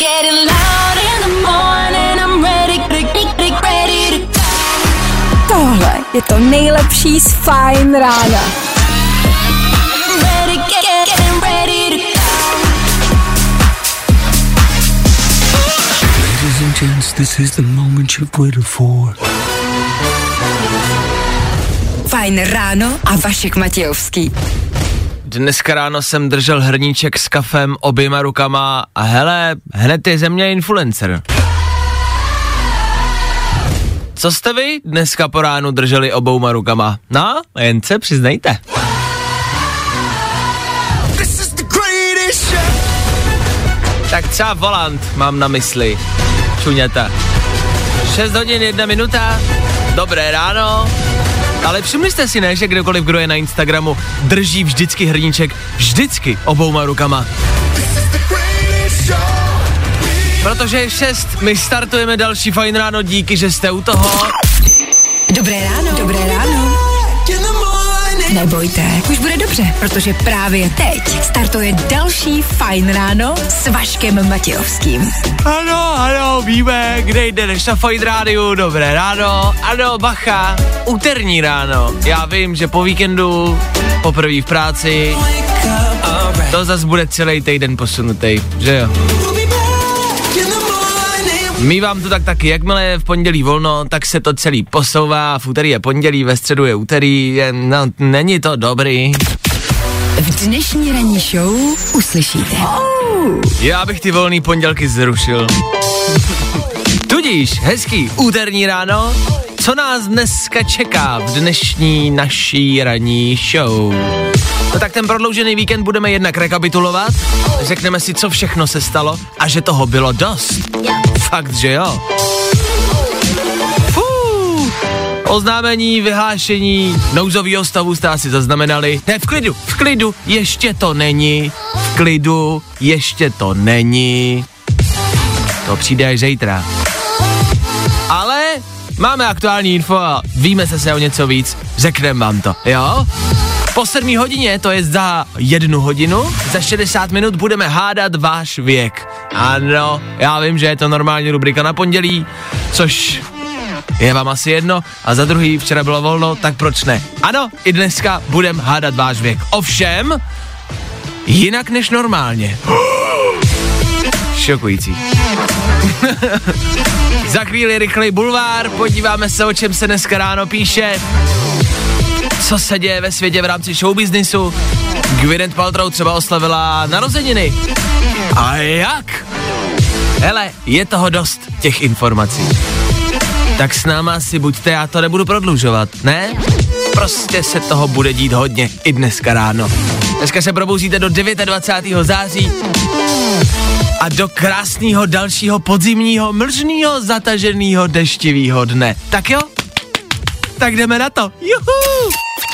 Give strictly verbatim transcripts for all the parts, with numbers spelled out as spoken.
Tohle je to nejlepší z Fajn rána. Ladies and gents, this is the moment you've waited for. Fajn ráno a Vašek Matějovský. Dneska ráno jsem držel hrníček s kafem oběma rukama a hele, hned je ze mě influencer. Co jste vy dneska po ránu drželi obouma rukama? No, jen se přiznejte. Tak třeba volant mám na mysli. Čuněte. šest hodin jedna minuta, dobré ráno. Ale všimli jste si, ne, že kdokoliv, kdo je na Instagramu, drží vždycky hrníček, vždycky obouma rukama. Protože je šest, my startujeme další Fajn ráno, díky, že jste u toho. Dobré ráno, dobré ráno. Nebojte, už bude dobře, protože právě teď startuje další Fajn ráno s Vaškem Matějovským. Ano, ano, víme, kde jde než na Fajn rádiu, dobré ráno, ano, bacha, úterní ráno. Já vím, že po víkendu, poprvé v práci, to zas bude celý týden posunutý, že jo? Mívám to tak taky, jakmile je v pondělí volno, tak se to celý posouvá, v úterý je pondělí, ve středu je úterý, je, no, není to dobrý. V dnešní ranní show uslyšíte. Já bych ty volný pondělky zrušil. Tudíž, hezký úterní ráno, co nás dneska čeká v dnešní naší ranní show? No tak ten prodloužený víkend budeme jednak rekapitulovat, řekneme si, co všechno se stalo a že toho bylo dost. Fakt, že jo. Fuu. Oznámení, vyhlášení nouzovýho stavu jste asi zaznamenali. Ne, v klidu, v klidu, ještě to není. V klidu, ještě to není. To přijde až zítra. Ale máme aktuální info a víme se o něco víc, řekneme vám to, jo? Po sedmé hodině, to je za jednu hodinu, za šedesát minut budeme hádat váš věk. Ano, já vím, že je to normální rubrika na pondělí, což je vám asi jedno, a za druhý včera bylo volno, tak proč ne? Ano, i dneska budeme hádat váš věk. Ovšem, jinak než normálně. Šokující. Za chvíli rychlej bulvár, podíváme se, o čem se dneska ráno píše. Co se děje ve světě v rámci showbiznisu. Gwyneth Paltrow třeba oslavila narozeniny. A jak? Hele, je toho dost, těch informací. Tak s náma si buďte, já to nebudu prodlužovat, ne? Prostě se toho bude dít hodně i dneska ráno. Dneska se probouzíte do dvacátého devátého září a do krásného dalšího podzimního, mlžného, zataženého, deštivého dne. Tak jo? Tak jdeme na to. Juhu!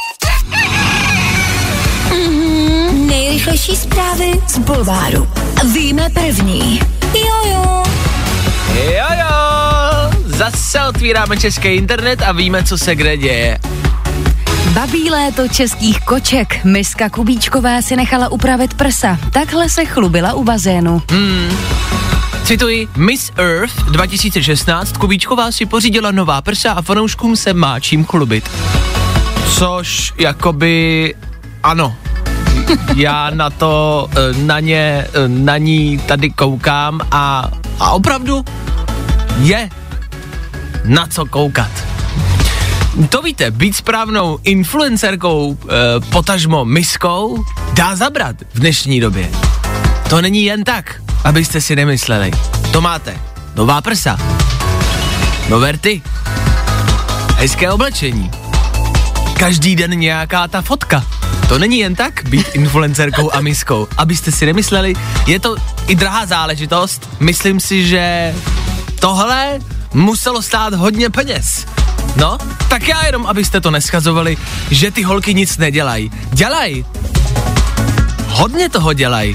Mm-hmm, nejrychlejší zprávy z bulváru. Víme první. Jojo. Jojo. Zase otvíráme český internet a víme, co se kde děje. Babí léto českých koček. Miska Kubíčková si nechala upravit prsa. Takhle se chlubila u bazénu. Hmm. Cituji, Miss Earth dva tisíce šestnáct, Kubíčková si pořídila nová prsa a fanouškům se má čím chlubit. Což, jakoby, ano. Já na to, na ně, na ní tady koukám a, a opravdu je na co koukat. To víte, být správnou influencerkou, eh, potažmo miskou, dá zabrat v dnešní době. To není jen tak, abyste si nemysleli. To máte nová prsa, nové rty, hezké oblečení, každý den nějaká ta fotka. To není jen tak být influencerkou a miskou. Abyste si nemysleli, je to i drahá záležitost. Myslím si, že tohle muselo stát hodně peněz. No, tak já jenom, abyste to neschazovali, že ty holky nic nedělají. Dělají. Hodně toho dělají.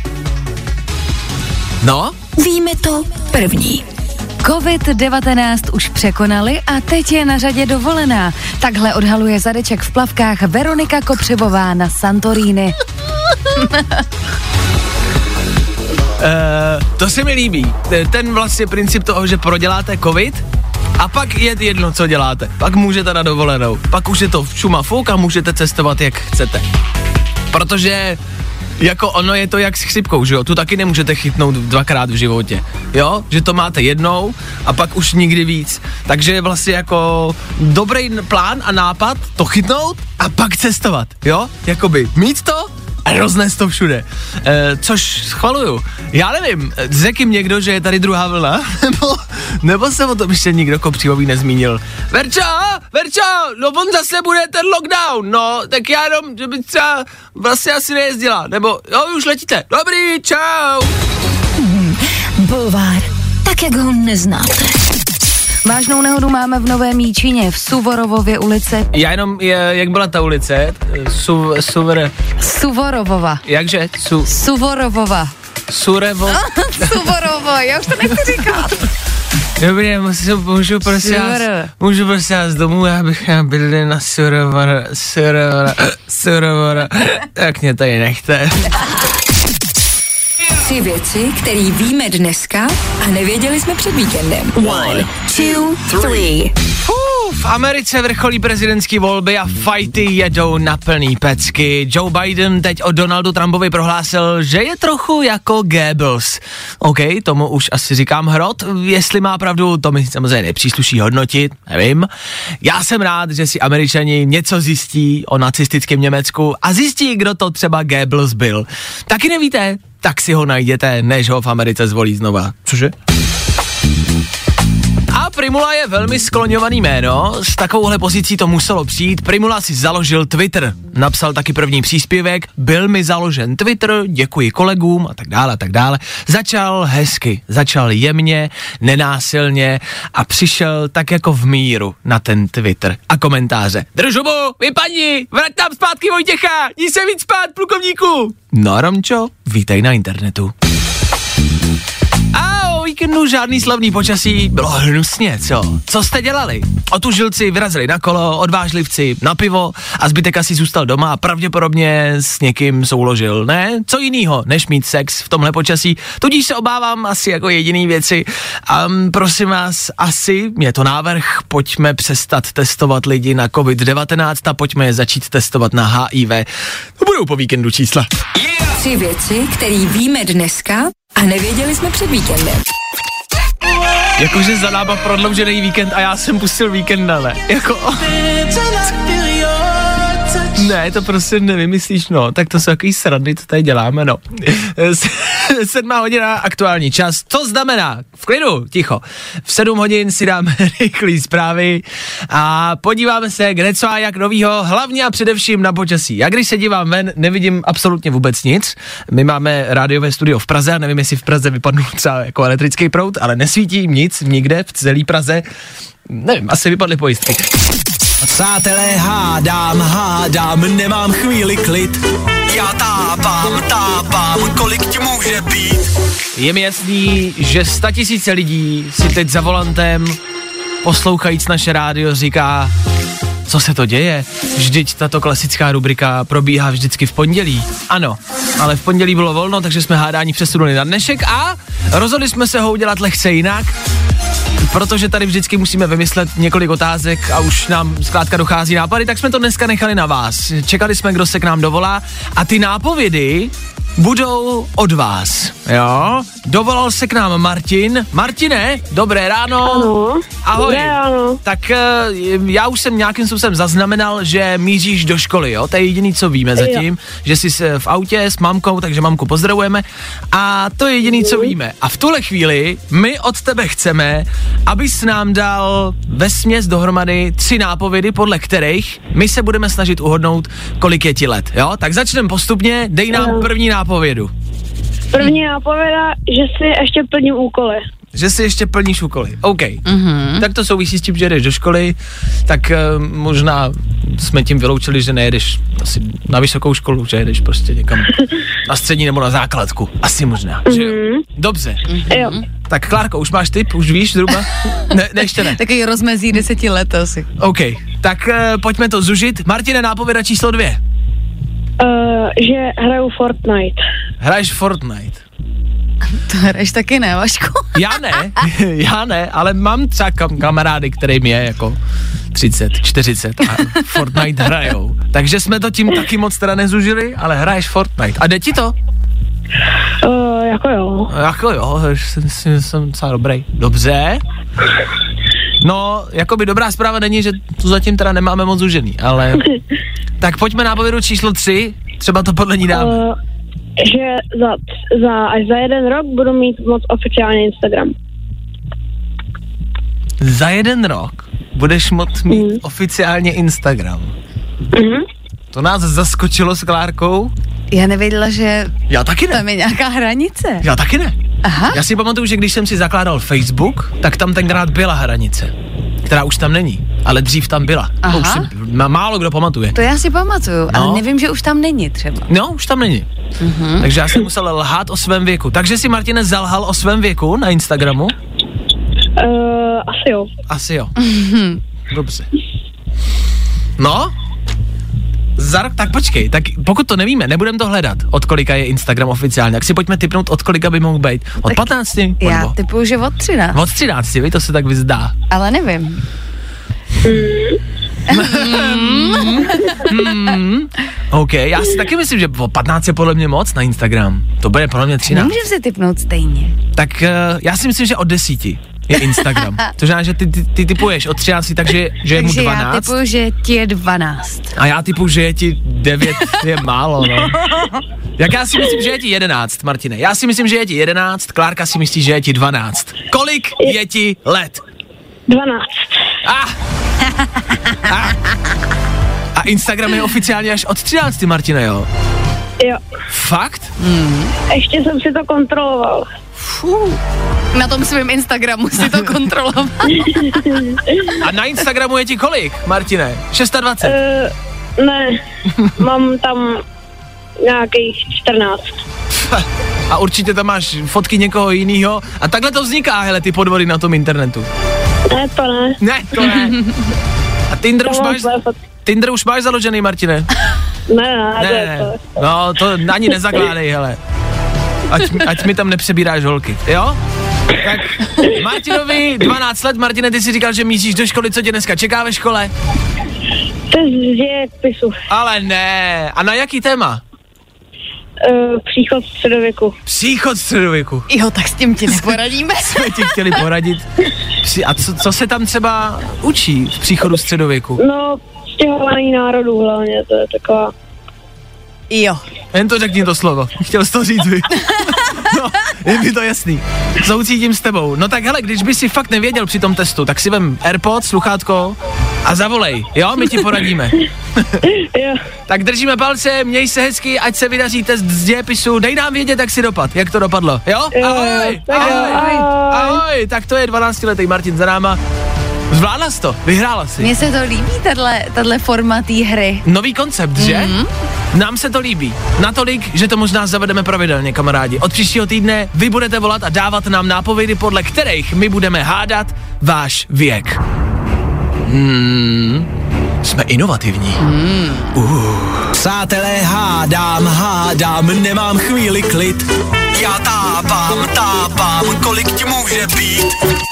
No? Víme to první. covid devatenáct už překonali a teď je na řadě dovolená. Takhle odhaluje zadeček v plavkách Veronika Kopřivová na Santorini. to se mi líbí. Ten vlastně princip toho, že proděláte covid a pak je jedno, co děláte. Pak můžete na dovolenou. Pak už je to šuma fouk a můžete cestovat, jak chcete. Protože jako ono je to jak s chřipkou, že jo? Tu taky nemůžete chytnout dvakrát v životě, jo? Že to máte jednou a pak už nikdy víc. Takže je vlastně jako dobrý plán a nápad to chytnout a pak cestovat, jo? Jakoby mít to a roznést to všude. E, což schvaluju. Já nevím, řekl jim někdo, že je tady druhá vlna? nebo, nebo se o tom ještě nikdo kopřivový nezmínil? Verčo, Verčo, no on zase bude ten lockdown, no, tak já jenom, že by třeba vlastně asi nejezdila, nebo jo, už letíte. Dobrý, čau. Hmm, bulvár, tak jak ho neznáte. Vážnou nehodu máme v Novém Jíčíně, v Suvorovově ulice. Já jenom, je, jak byla ta ulice? Su, suver... Suvorovova. Jakže? Su... Suvorovova. Surevo... Suvorovo, já už to nechci říkat. Dobrý, můžu, můžu prosím vás, můžu prosím vás domů, já bych bydlel na Surovora, Surovora, Surovora, tak mě tady nechte. Tři věci, které víme dneska a nevěděli jsme před víkendem. One, two, three. V Americe vrcholí prezidentský volby a fajty jedou na plný pecky. Joe Biden teď o Donaldu Trumpovi prohlásil, že je trochu jako Goebbels. OK, tomu už asi říkám hrot, jestli má pravdu, to mi samozřejmě nepřísluší hodnotit, nevím. Já jsem rád, že si Američani něco zjistí o nacistickém Německu a zjistí, kdo to třeba Goebbels byl. Taky nevíte? Tak si ho najděte, než ho v Americe zvolí znova. Cože? A Primula je velmi skloňovaný jméno, s takovouhle pozicí to muselo přijít. Primula si založil Twitter, napsal taky první příspěvek, byl mi založen Twitter, děkuji kolegům a tak dále a tak dále. Začal hezky, začal jemně, nenásilně a přišel tak jako v míru na ten Twitter a komentáře. Držubu, vypadni, vrať tam zpátky Vojtěcha, jdi se víc spát, plukovníku. No Romčo, vítej na internetu. A o víkendu žádný slavný počasí, bylo hnusně, co? Co jste dělali? Otužilci vyrazili na kolo, odvážlivci na pivo a zbytek asi zůstal doma a pravděpodobně s někým souložil, ne? Co jinýho, než mít sex v tomhle počasí? Tudíž se obávám asi jako jediný věci. Um, prosím vás, asi, je to návrh, pojďme přestat testovat lidi na covid devatenáct a pojďme je začít testovat na H I V. To budou po víkendu čísla. Yeah! Tři věci, které víme dneska a nevěděli jsme před víkendem. Jakože za náma prodloužený víkend a já jsem pustil víkenda, ne? Jako... Ne, to prostě nevymyslíš, no. Tak to jsou takový srandy, co tady děláme, no. Sedmá hodina, aktuální čas. To znamená, v klidu, ticho. V sedm hodin si dáme rychlý zprávy a podíváme se, kde co a jak novýho, hlavně a především na počasí. Já když se dívám ven, nevidím absolutně vůbec nic. My máme rádiové studio v Praze a nevím, jestli v Praze vypadnul třeba jako elektrický proud, ale nesvítí nic nikde v celé Praze. Nevím, asi vypadly pojistky. Přátelé, hádám, hádám, nemám chvíli klid. Já tápám, tápám, kolik ti může být. Je mi jasný, že statisíce lidí si teď za volantem, poslouchajíc naše rádio, říká, co se to děje? Vždyť tato klasická rubrika probíhá vždycky v pondělí. Ano, ale v pondělí bylo volno, takže jsme hádání přesunuli na dnešek a rozhodli jsme se ho udělat lehce jinak. Protože tady vždycky musíme vymyslet několik otázek a už nám zkrátka dochází nápady, tak jsme to dneska nechali na vás. Čekali jsme, kdo se k nám dovolá a ty nápovědy budou od vás, jo? Dovolal se k nám Martin. Martine, dobré ráno. Ano, ahoj. Dobré ráno. Tak já už jsem nějakým způsobem zaznamenal, že míříš do školy, jo? To je jediný, co víme zatím, že jsi v autě s mamkou, takže mamku pozdravujeme a to je jediný, co víme. A v tuhle chvíli my od tebe chceme, abys nám dal vesměs dohromady tři nápovědy, podle kterých my se budeme snažit uhodnout, kolik je ti let, jo? Tak začneme postupně, dej nám ano. první nápovědu. První nápověda, že si ještě plním úkoly. Že si ještě plníš úkoly, OK. Mm-hmm. Tak to souvisí s tím, že jdeš do školy, tak uh, možná jsme tím vyloučili, že nejedeš asi na vysokou školu, že jedeš prostě někam na střední nebo na základku. Asi možná, mm-hmm. že jo? Dobře. Mm-hmm. Jo. Tak Klárko, už máš tip? Už víš zhruba? Ne, ne ještě ne. Takový rozmezí deseti let asi. OK, tak uh, pojďme to zužit. Martine, nápověda číslo dvě. Uh, že hraju Fortnite. Hraješ Fortnite. To hraješ taky ne, Vašku? Já ne, já ne, ale mám třeba kam- kamarády, kterým je jako třicet, čtyřicet a Fortnite hrajou. Takže jsme to tím taky moc teda nezužili, ale hraješ Fortnite. A jde ti to? Uh, jako jo. Jako jo, jsem, jsem, jsem docela dobrý. Dobře. No, jakoby dobrá zpráva není, že to zatím teda nemáme moc zužený, ale... Tak pojďme na povědu číslo tři, třeba to podle ní dáme. Uh, že za, za, až za jeden rok budu mít moc oficiálně Instagram. Za jeden rok budeš moct mít Mm. oficiálně Instagram. Mhm. To nás zaskočilo s Klárkou. Já nevěděla, že Já taky ne. tam je nějaká hranice. Já taky ne. Aha. Já si pamatuju, že když jsem si zakládal Facebook, tak tam tenkrát byla hranice, která už tam není, ale dřív tam byla. Aha. To už si má, málo kdo pamatuje. To já si pamatuju, No. ale nevím, že už tam není třeba. No, už tam není. Mhm. Takže já jsem musel lhát o svém věku. Takže si, Martine, zalhal o svém věku na Instagramu? Uh, asi jo. Asi jo. Dobře. No? Za rok, tak počkej, tak pokud to nevíme, nebudeme to hledat, od kolika je Instagram oficiálně, tak si pojďme tipnout, od kolika by mohl být. Od Tak patnácti? Já Nebo? typuju, že od třináct, Od třinácti, vy to se tak vyzdá. ale nevím. Hmm. OK, já si taky myslím, že od patnácti je podle mě moc na Instagram. To bude podle mě třináct. Nemůžeme si typnout stejně. Tak uh, já si myslím, že od desíti je Instagram. To znamená, že ty, ty, ty typuješ od třinácti, takže že je mu Takže já dvanáct. typuju, že ti je dvanáct. A já typu, že je ti devět, je málo, no. Jak já si myslím, že je ti jedenáct, Martine. Já si myslím, že je ti jedenáct, Klárka si myslí, že je ti dvanáct. Kolik je ti let? dvanáct. Ah. Ah. A Instagram je oficiálně až od třinácti, Martine, jo? Jo. Fakt? Ještě jsem si to kontroloval. Fuh. Na tom svém Instagramu si to kontroloval. A na Instagramu je ti kolik, Martine? dvacet šest? Uh, ne, mám tam nějakých čtrnáct. A určitě tam máš fotky někoho jiného. A takhle to vzniká, hele, ty podvody na tom internetu. Ne, to ne. Ne, to ne. A Tinder už To mám máš, své fotky. Tinder už máš založený, Martine? Ne, ne, Ne, to je ne, to. no to ani nezakládej, hele. Ať, mi- ať mi tam nepřebíráš holky, jo? Tak Martinovi dvanáct let, Martine, ty si říkal, že míříš do školy, co tě dneska čeká ve škole? To je z dějepisu. Ale ne, a na jaký téma? Uh, příchod středověku. Příchod středověku. Jo, tak s tím ti neporadíme. Jsme ti chtěli poradit. Při- A co, co se tam třeba učí v příchodu středověku? No, stěhování národů hlavně, to je taková... Jo. Jen to řekni to slovo. Chtěl jsi to říct, vy. No, je mi to jasný. Soucítím s tebou. No tak hele, když by si fakt nevěděl při tom testu, tak si vem AirPods, sluchátko a zavolej, jo? My ti poradíme. Jo. Tak držíme palce, měj se hezky, ať se vydaří test z dějepisu, dej nám vědět, jak si dopad, jak to dopadlo, jo? Jo, Ahoj, tak jo, ahoj, ahoj. ahoj, tak to je dvanáctiletý Martin za náma. Zvládla jsi to, vyhrála si. Mně se to líbí, tahle, tahle forma té hry. Nový koncept, že? Mhm. Nám se to líbí. Natolik, že to možná zavedeme pravidelně, kamarádi. Od příštího týdne vy budete volat a dávat nám nápovědy, podle kterých my budeme hádat váš věk. Hmm, jsme inovativní. Hmm. Uh. Přátelé, hádám, hádám, nemám chvíli klid. Já tápám, tápám, kolik ti může být.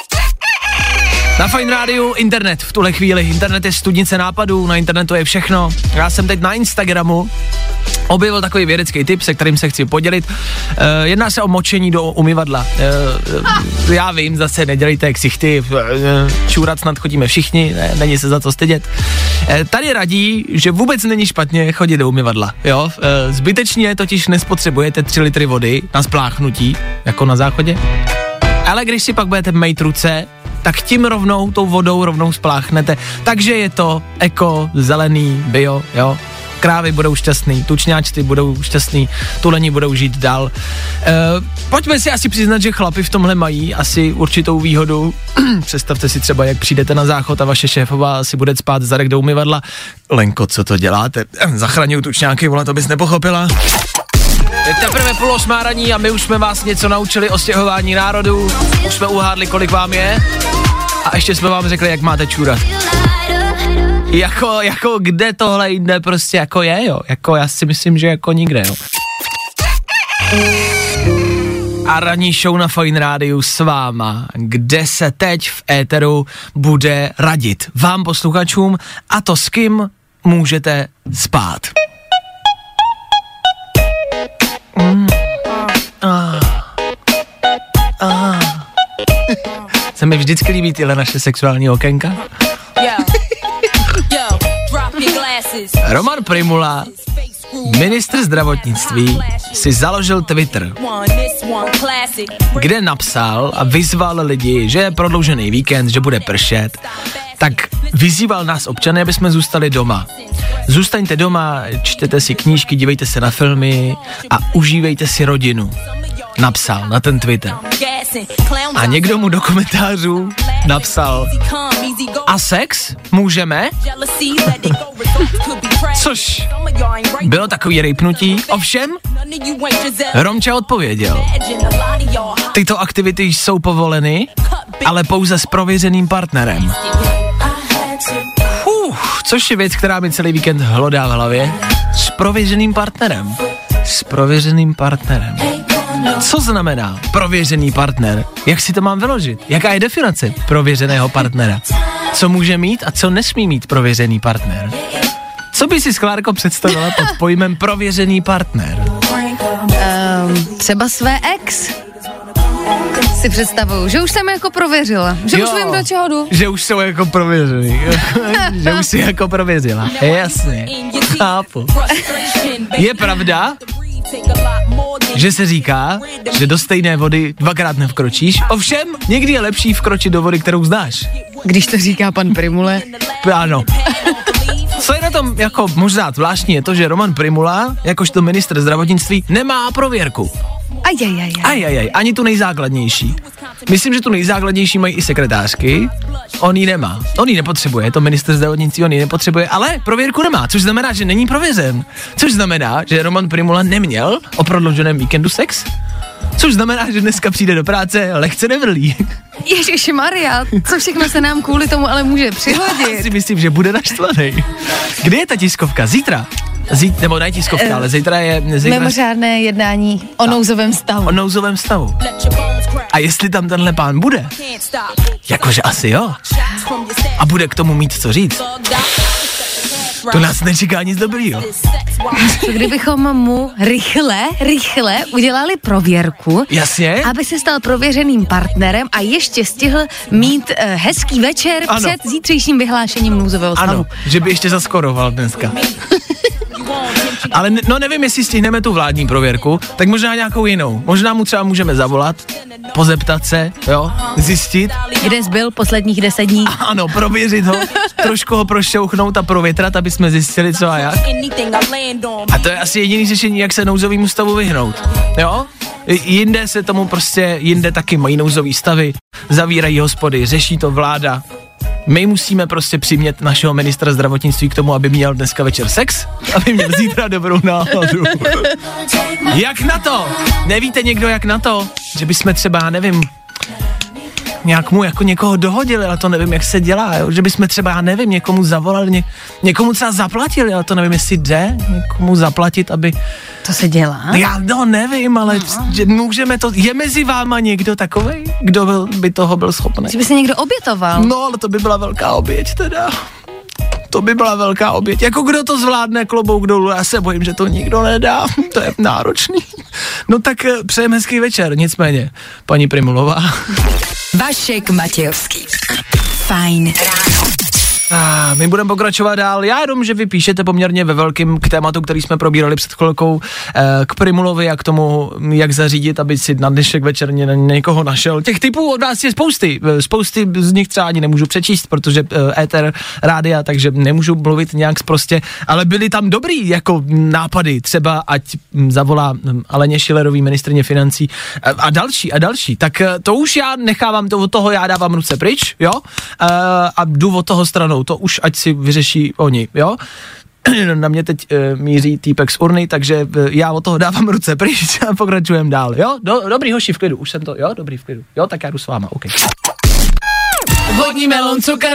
Na Fajn rádiu internet v tuhle chvíli. Internet je studnice nápadů, na internetu je všechno. Já jsem teď na Instagramu objevil takový vědecký tip, se kterým se chci podělit. Uh, jedná se o močení do umyvadla. Uh, já vím, zase nedělejte ksichty, uh, čůrat snad chodíme všichni, ne, není se za to stydět. Uh, tady radí, že vůbec není špatně chodit do umyvadla. Jo? Uh, zbytečně totiž nespotřebujete tři litry vody na spláchnutí, jako na záchodě. Ale když si pak budete mejt ruce, tak tím rovnou, tou vodou rovnou spláchnete. Takže je to eko, zelený, bio, jo. Krávy budou šťastný, tučňáčci budou šťastný, tuleni budou žít dál. E, pojďme si asi přiznat, že chlapi v tomhle mají asi určitou výhodu. Představte si třeba, jak přijdete na záchod a vaše šéfová si bude spát zadek do umyvadla. Lenko, co to děláte? Zachraňuju tučňáky, vole, to bys nepochopila. Je teprve půl osmá raní a my už jsme vás něco naučili o stěhování národů. Už jsme uhádli, kolik vám je. A ještě jsme vám řekli, jak máte čůrat. Jako, jako kde tohle jde prostě jako je, jo. Jako já si myslím, že jako nikde, jo. a ranní show na Fajn rádiu s váma, kde se teď v éteru bude radit vám posluchačům a to s kým můžete spát. Mm. Ah. Ah. Se mi vždycky líbí tyhle naše sexuální okénka. Roman Prymula, ministr zdravotnictví, si založil Twitter, kde napsal a vyzval lidi, že je prodloužený víkend, že bude pršet, tak vyzýval nás občany, aby jsme zůstali doma. Zůstaňte doma, čtěte si knížky, dívejte se na filmy a užívejte si rodinu. Napsal na ten Twitter. A někdo mu do komentářů napsal: a sex? Můžeme? Což bylo takový rejpnutí, ovšem Romča odpověděl: tyto aktivity jsou povoleny, ale pouze s prověřeným partnerem. Uf, což je věc, která mi celý víkend hlodá v hlavě. S prověřeným partnerem. S prověřeným partnerem. Co znamená prověřený partner? Jak si to mám vyložit? Jaká je definice prověřeného partnera? Co může mít a co nesmí mít prověřený partner? Co by si, Sklárko, představila pod pojmem prověřený partner? Um, třeba své ex. Si představuju, že už jsem jako prověřila, že jo, už vím, do čeho jdu. Že už jsou jako prověřený, že už si jako prověřila, jasně, chápu. Je pravda, že se říká, že do stejné vody dvakrát nevkročíš, ovšem někdy je lepší vkročit do vody, kterou znáš. Když to říká pan Prymule. Ano. Co je na tom jako možná zvláštní, je to, že Roman Prymula, jakožto ministr zdravotnictví, nemá prověrku. Ajajaj. Ajajaj, ani tu nejzákladnější. Myslím, že tu nejzákladnější mají i sekretářky. On ji nemá. On ji nepotřebuje, je to ministr zdravotnictví, on ji nepotřebuje, ale prověrku nemá, což znamená, že není prověřen. Což znamená, že Roman Prymula neměl o prodlouženém víkendu sex. Což znamená, že dneska přijde do práce lehce nevrlý. Ježišmarja, co všechno se nám kvůli tomu ale může přihodit. Já si myslím, že bude naštvaný. Kdy je ta tiskovka? Zítra? Zít, nebo ne tiskovka, uh, ale zítra je... Zítra... Mimořádné jednání o nouzovém stavu. O nouzovém stavu. A jestli tam tenhle pán bude, jakože asi jo, a bude k tomu mít co říct, to nás nečeká nic dobrýho. Co kdybychom mu rychle, rychle udělali prověrku, jasně, aby se stal prověřeným partnerem a ještě stihl mít uh, hezký večer ano. před zítřejším vyhlášením nouzového stavu. Ano, že by ještě zaskoroval dneska. Ale ne, no nevím, jestli stihneme tu vládní prověrku, tak možná nějakou jinou. Možná mu třeba můžeme zavolat, pozeptat se, jo, zjistit. Kde jsi byl posledních deset dní? Ano, prověřit ho, trošku ho prošťouchnout a provětrat, aby jsme zjistili co a jak. A to je asi jediný řešení, jak se nouzovému stavu vyhnout, jo? Jinde se tomu prostě, jinde taky mají nouzový stavy, zavírají hospody, řeší to vláda. My musíme prostě přimět našeho ministra zdravotnictví k tomu, aby měl dneska večer sex, aby měl zítra dobrou náladu. Jak na to? Nevíte někdo jak na to? Že bychom třeba, nevím, nějak mu jako někoho dohodili, ale to nevím, jak se dělá, jo? Že bychom třeba, já nevím, někomu zavolali, ně, někomu třeba zaplatili, ale to nevím, jestli jde někomu zaplatit, aby... To se dělá? Já no nevím, ale že můžeme to, je mezi váma někdo takovej, kdo byl, by toho byl schopný? Že by se někdo obětoval? No, ale to by byla velká oběť teda. To by byla velká oběť. Jako kdo to zvládne, klobouk dolů, já se bojím, že to nikdo nedá. To je náročný. No tak přejeme hezký večer, nicméně, paní Prymulová. Vašek Matějovský. Fajn ráno. Ah, my budeme pokračovat dál. Já jenom, že vy píšete poměrně ve velkým k tématu, který jsme probírali před chvilkou, eh, k Prymulovi a k tomu, jak zařídit, aby si na dnešek večer ně, někoho našel. Těch typů od vás je spousty. Spousty z nich třeba ani nemůžu přečíst, protože eh, éter rádia, takže nemůžu mluvit nějak sprostě, ale byly tam dobrý jako nápady, třeba ať zavolá Aleně Schillerový, ministryně financí a, a další a další. Tak eh, to už já nechávám to od toho, já dávám ruce pryč, jo, eh, a jdu od toho stranou. To už ať si vyřeší oni, jo? Na mě teď e, míří týpek z urny, takže e, já od toho dávám ruce pryč a pokračujeme dál, jo? Do, dobrý hoši, v klidu, už jsem to, jo? Dobrý v klidu, jo? Tak já jdu s váma, OK. Vodní melon, cukr,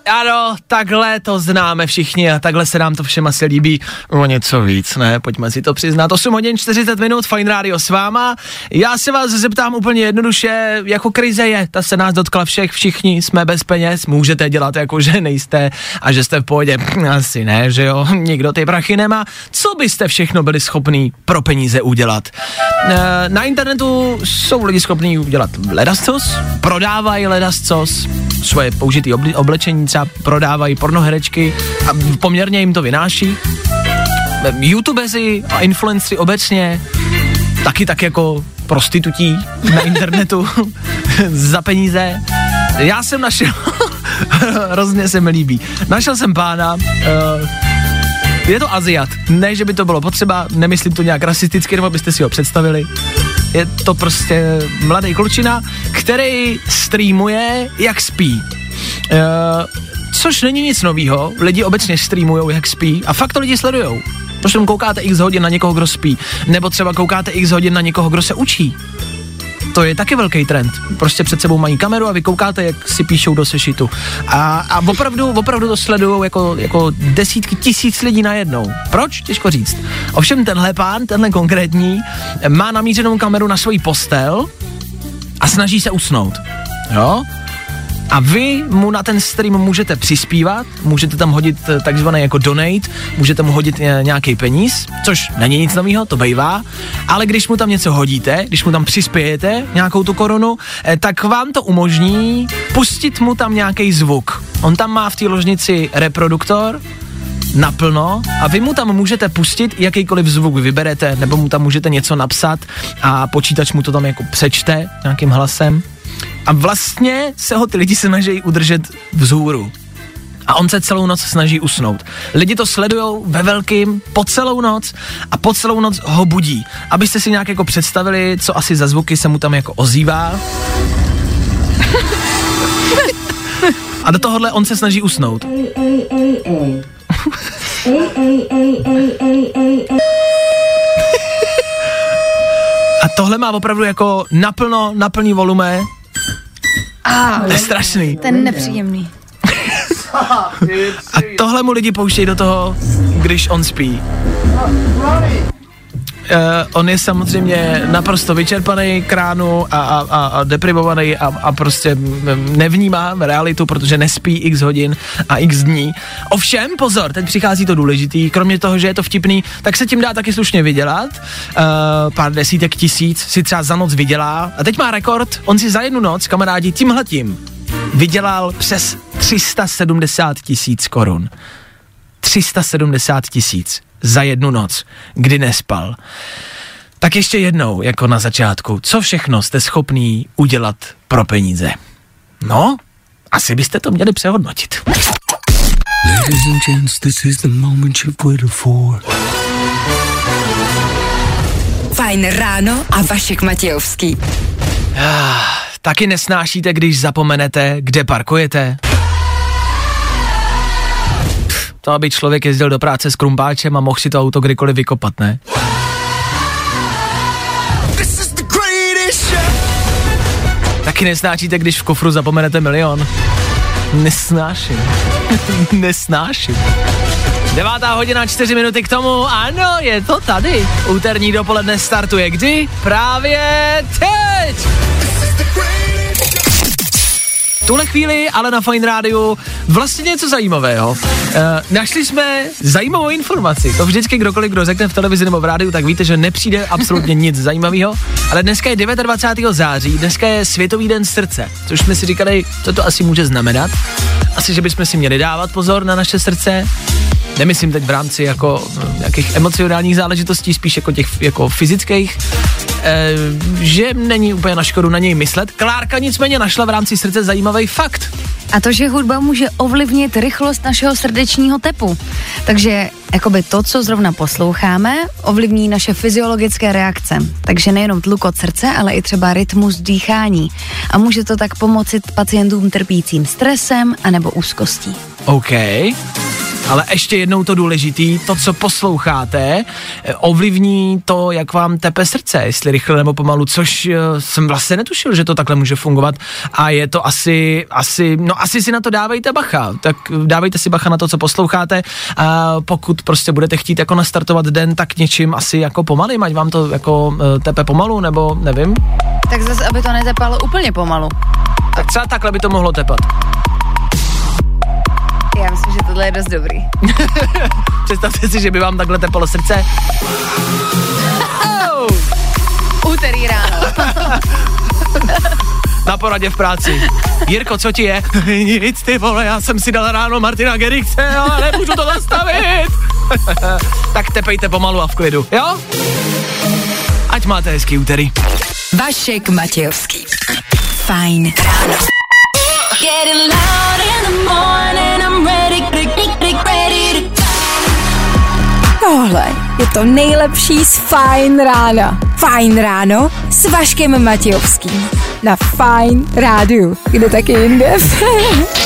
Ano, takhle to známe všichni a takhle se nám to všem asi líbí o něco víc, ne? Pojďme si to přiznat. osm hodin čtyřicet minut, Fajn rádio s váma. Já se vás zeptám úplně jednoduše, jako krize je, ta se nás dotkla všech, všichni jsme bez peněz, můžete dělat jako, že nejste a že jste v pohodě. Asi ne, že jo, nikdo ty prachy nemá. Co byste všechno byli schopní pro peníze udělat? Na internetu jsou lidi schopní udělat ledascos, prodávají ledascos, svoje použitý obli- oblečení třeba prodávají, pornoherečky a poměrně jim to vynáší. YouTubezi a influenceri obecně taky tak jako prostitutí na internetu za peníze. Já jsem našel, hrozně se mi líbí, našel jsem pána, uh, je to Aziat, ne, že by to bylo potřeba, nemyslím to nějak rasisticky, nebo byste si ho představili. Je to prostě mladý klučina, který streamuje, jak spí. Uh, což není nic novýho, lidi obecně streamujou, jak spí a fakt to lidi sledujou. Prostě koukáte x hodin na někoho, kdo spí, nebo třeba koukáte x hodin na někoho, kdo se učí. To je taky velký trend. Prostě před sebou mají kameru a vy koukáte, jak si píšou do sešitu. A, a opravdu, opravdu to sledujou jako, jako desítky tisíc lidí najednou. Proč? Těžko říct. Ovšem tenhle pán, tenhle konkrétní, má namířenou kameru na svůj postel a snaží se usnout. Jo? A vy mu na ten stream můžete přispívat, můžete tam hodit takzvané jako donate, můžete mu hodit nějaký peníz, což není nic novýho, to bývá, ale když mu tam něco hodíte, když mu tam přispějete nějakou tu korunu, tak vám to umožní pustit mu tam nějaký zvuk. On tam má v té ložnici reproduktor naplno a vy mu tam můžete pustit jakýkoliv zvuk vyberete, nebo mu tam můžete něco napsat a počítač mu to tam jako přečte nějakým hlasem. A vlastně se ho ty lidi snaží udržet vzhůru. A on se celou noc snaží usnout. Lidi to sledujou ve velkým po celou noc a po celou noc ho budí. Abyste si nějak jako představili, co asi za zvuky se mu tam jako ozývá. A do tohohle on se snaží usnout. A tohle má opravdu jako naplno, naplný volume. Ah, to je strašný. Ten nepříjemný. A tohle mu lidi pouštějí do toho, když on spí. Uh, on je samozřejmě naprosto vyčerpaný k ránu a, a, a, a deprivovaný a, a prostě nevnímá realitu, protože nespí x hodin a x dní. Ovšem, pozor, teď přichází to důležitý, kromě toho, že je to vtipný, tak se tím dá taky slušně vydělat. Uh, pár desítek tisíc si třeba za noc vydělá a teď má rekord, on si za jednu noc, kamarádi, tímhletím vydělal přes tři sta sedmdesát tisíc korun. tři sta sedmdesát tisíc za jednu noc, kdy nespal. Tak ještě jednou, jako na začátku, co všechno jste schopný udělat pro peníze? No, asi byste to měli přehodnotit. Ladies and gents, this is the moment you've waited for. Fajn ráno a Vašek Matějovský. Ah, taky nesnášíte, když zapomenete, kde parkujete? To, aby člověk jezdil do práce s krumpáčem a mohl si to auto kdykoliv vykopat, ne? Taky nesnášíte, když v kufru zapomenete milion? Nesnáším. Nesnáším. Devátá hodina, čtyři minuty k tomu, ano, je to tady. Úterní dopoledne startuje kdy? Právě teď! V tuhle chvíli, ale na Fajn rádiu vlastně něco zajímavého. E, našli jsme zajímavou informaci. To vždycky kdokoliv, kdo řekne v televizi nebo v rádiu, tak víte, že nepřijde absolutně nic zajímavého. Ale dneska je dvacátého devátého září, dneska je Světový den srdce, což jsme si říkali, co to asi může znamenat. Asi, že bychom si měli dávat pozor na naše srdce. Nemyslím teď v rámci jako nějakých emocionálních záležitostí, spíš jako těch jako fyzických, e, že není úplně na škodu na něj myslet. Klárka nicméně našla v rámci srdce zajímavý fakt. A to, že hudba může ovlivnit rychlost našeho srdečního tepu. Takže jakoby to, co zrovna posloucháme, ovlivní naše fyziologické reakce. Takže nejenom tlukot srdce, ale i třeba rytmus dýchání. A může to tak pomoci pacientům trpícím stresem anebo úzkostí. OK. Ale ještě jednou to důležitý, to, co posloucháte, ovlivní to, jak vám tepe srdce, jestli rychle nebo pomalu, což jsem vlastně netušil, že to takhle může fungovat a je to asi, asi, no asi si na to dávejte bacha, tak dávejte si bacha na to, co posloucháte a pokud prostě budete chtít jako nastartovat den, tak něčím asi jako pomalým, ať vám to jako tepe pomalu, nebo nevím. Tak zase, aby to netepalo úplně pomalu. Tak třeba takhle by to mohlo tepat. Já myslím, že tohle je dost dobrý. Představte si, že by vám takhle tepalo srdce. Oh. Úterý ráno. Na poradě v práci. Jirko, co ti je? Nic, ty vole, já jsem si dal ráno Martina Garrixe, ale nemůžu to zastavit. Tak tepejte pomalu a v klidu, jo? Ať máte hezký úterý. Vašek Matějovský. Fajn ráno. Tohle je to nejlepší z Fajn rána. Fajn ráno s Vaškem Matějovským. Na Fajn rádiu. Kde taky jinde?